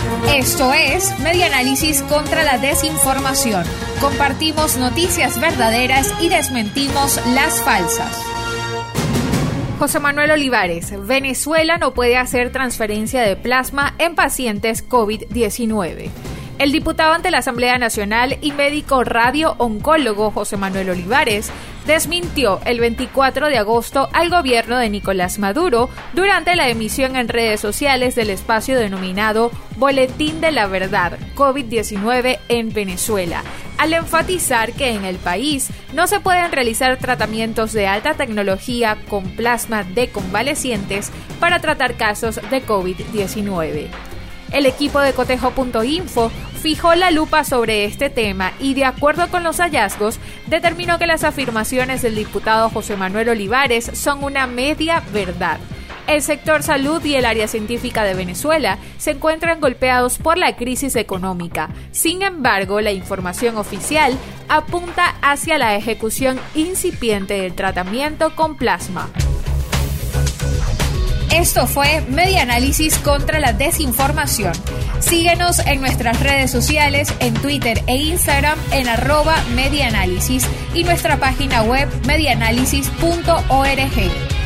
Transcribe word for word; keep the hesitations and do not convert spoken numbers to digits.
Esto es Medianálisis contra la desinformación. Compartimos noticias verdaderas y desmentimos las falsas. José Manuel Olivares, Venezuela no puede hacer transferencia de plasma en pacientes COVID diecinueve. El diputado ante la Asamblea Nacional y médico radio-oncólogo José Manuel Olivares desmintió el veinticuatro de agosto al gobierno de Nicolás Maduro durante la emisión en redes sociales del espacio denominado Boletín de la Verdad COVID diecinueve en Venezuela, al enfatizar que en el país no se pueden realizar tratamientos de alta tecnología con plasma de convalecientes para tratar casos de COVID diecinueve. El equipo de cotejo punto info fijó la lupa sobre este tema y, de acuerdo con los hallazgos, determinó que las afirmaciones del diputado José Manuel Olivares son una media verdad. El sector salud y el área científica de Venezuela se encuentran golpeados por la crisis económica. Sin embargo, la información oficial apunta hacia la ejecución incipiente del tratamiento con plasma. Esto fue Medianálisis contra la desinformación. Síguenos en nuestras redes sociales, en Twitter e Instagram en arroba Medianálisis y nuestra página web medianálisis punto org.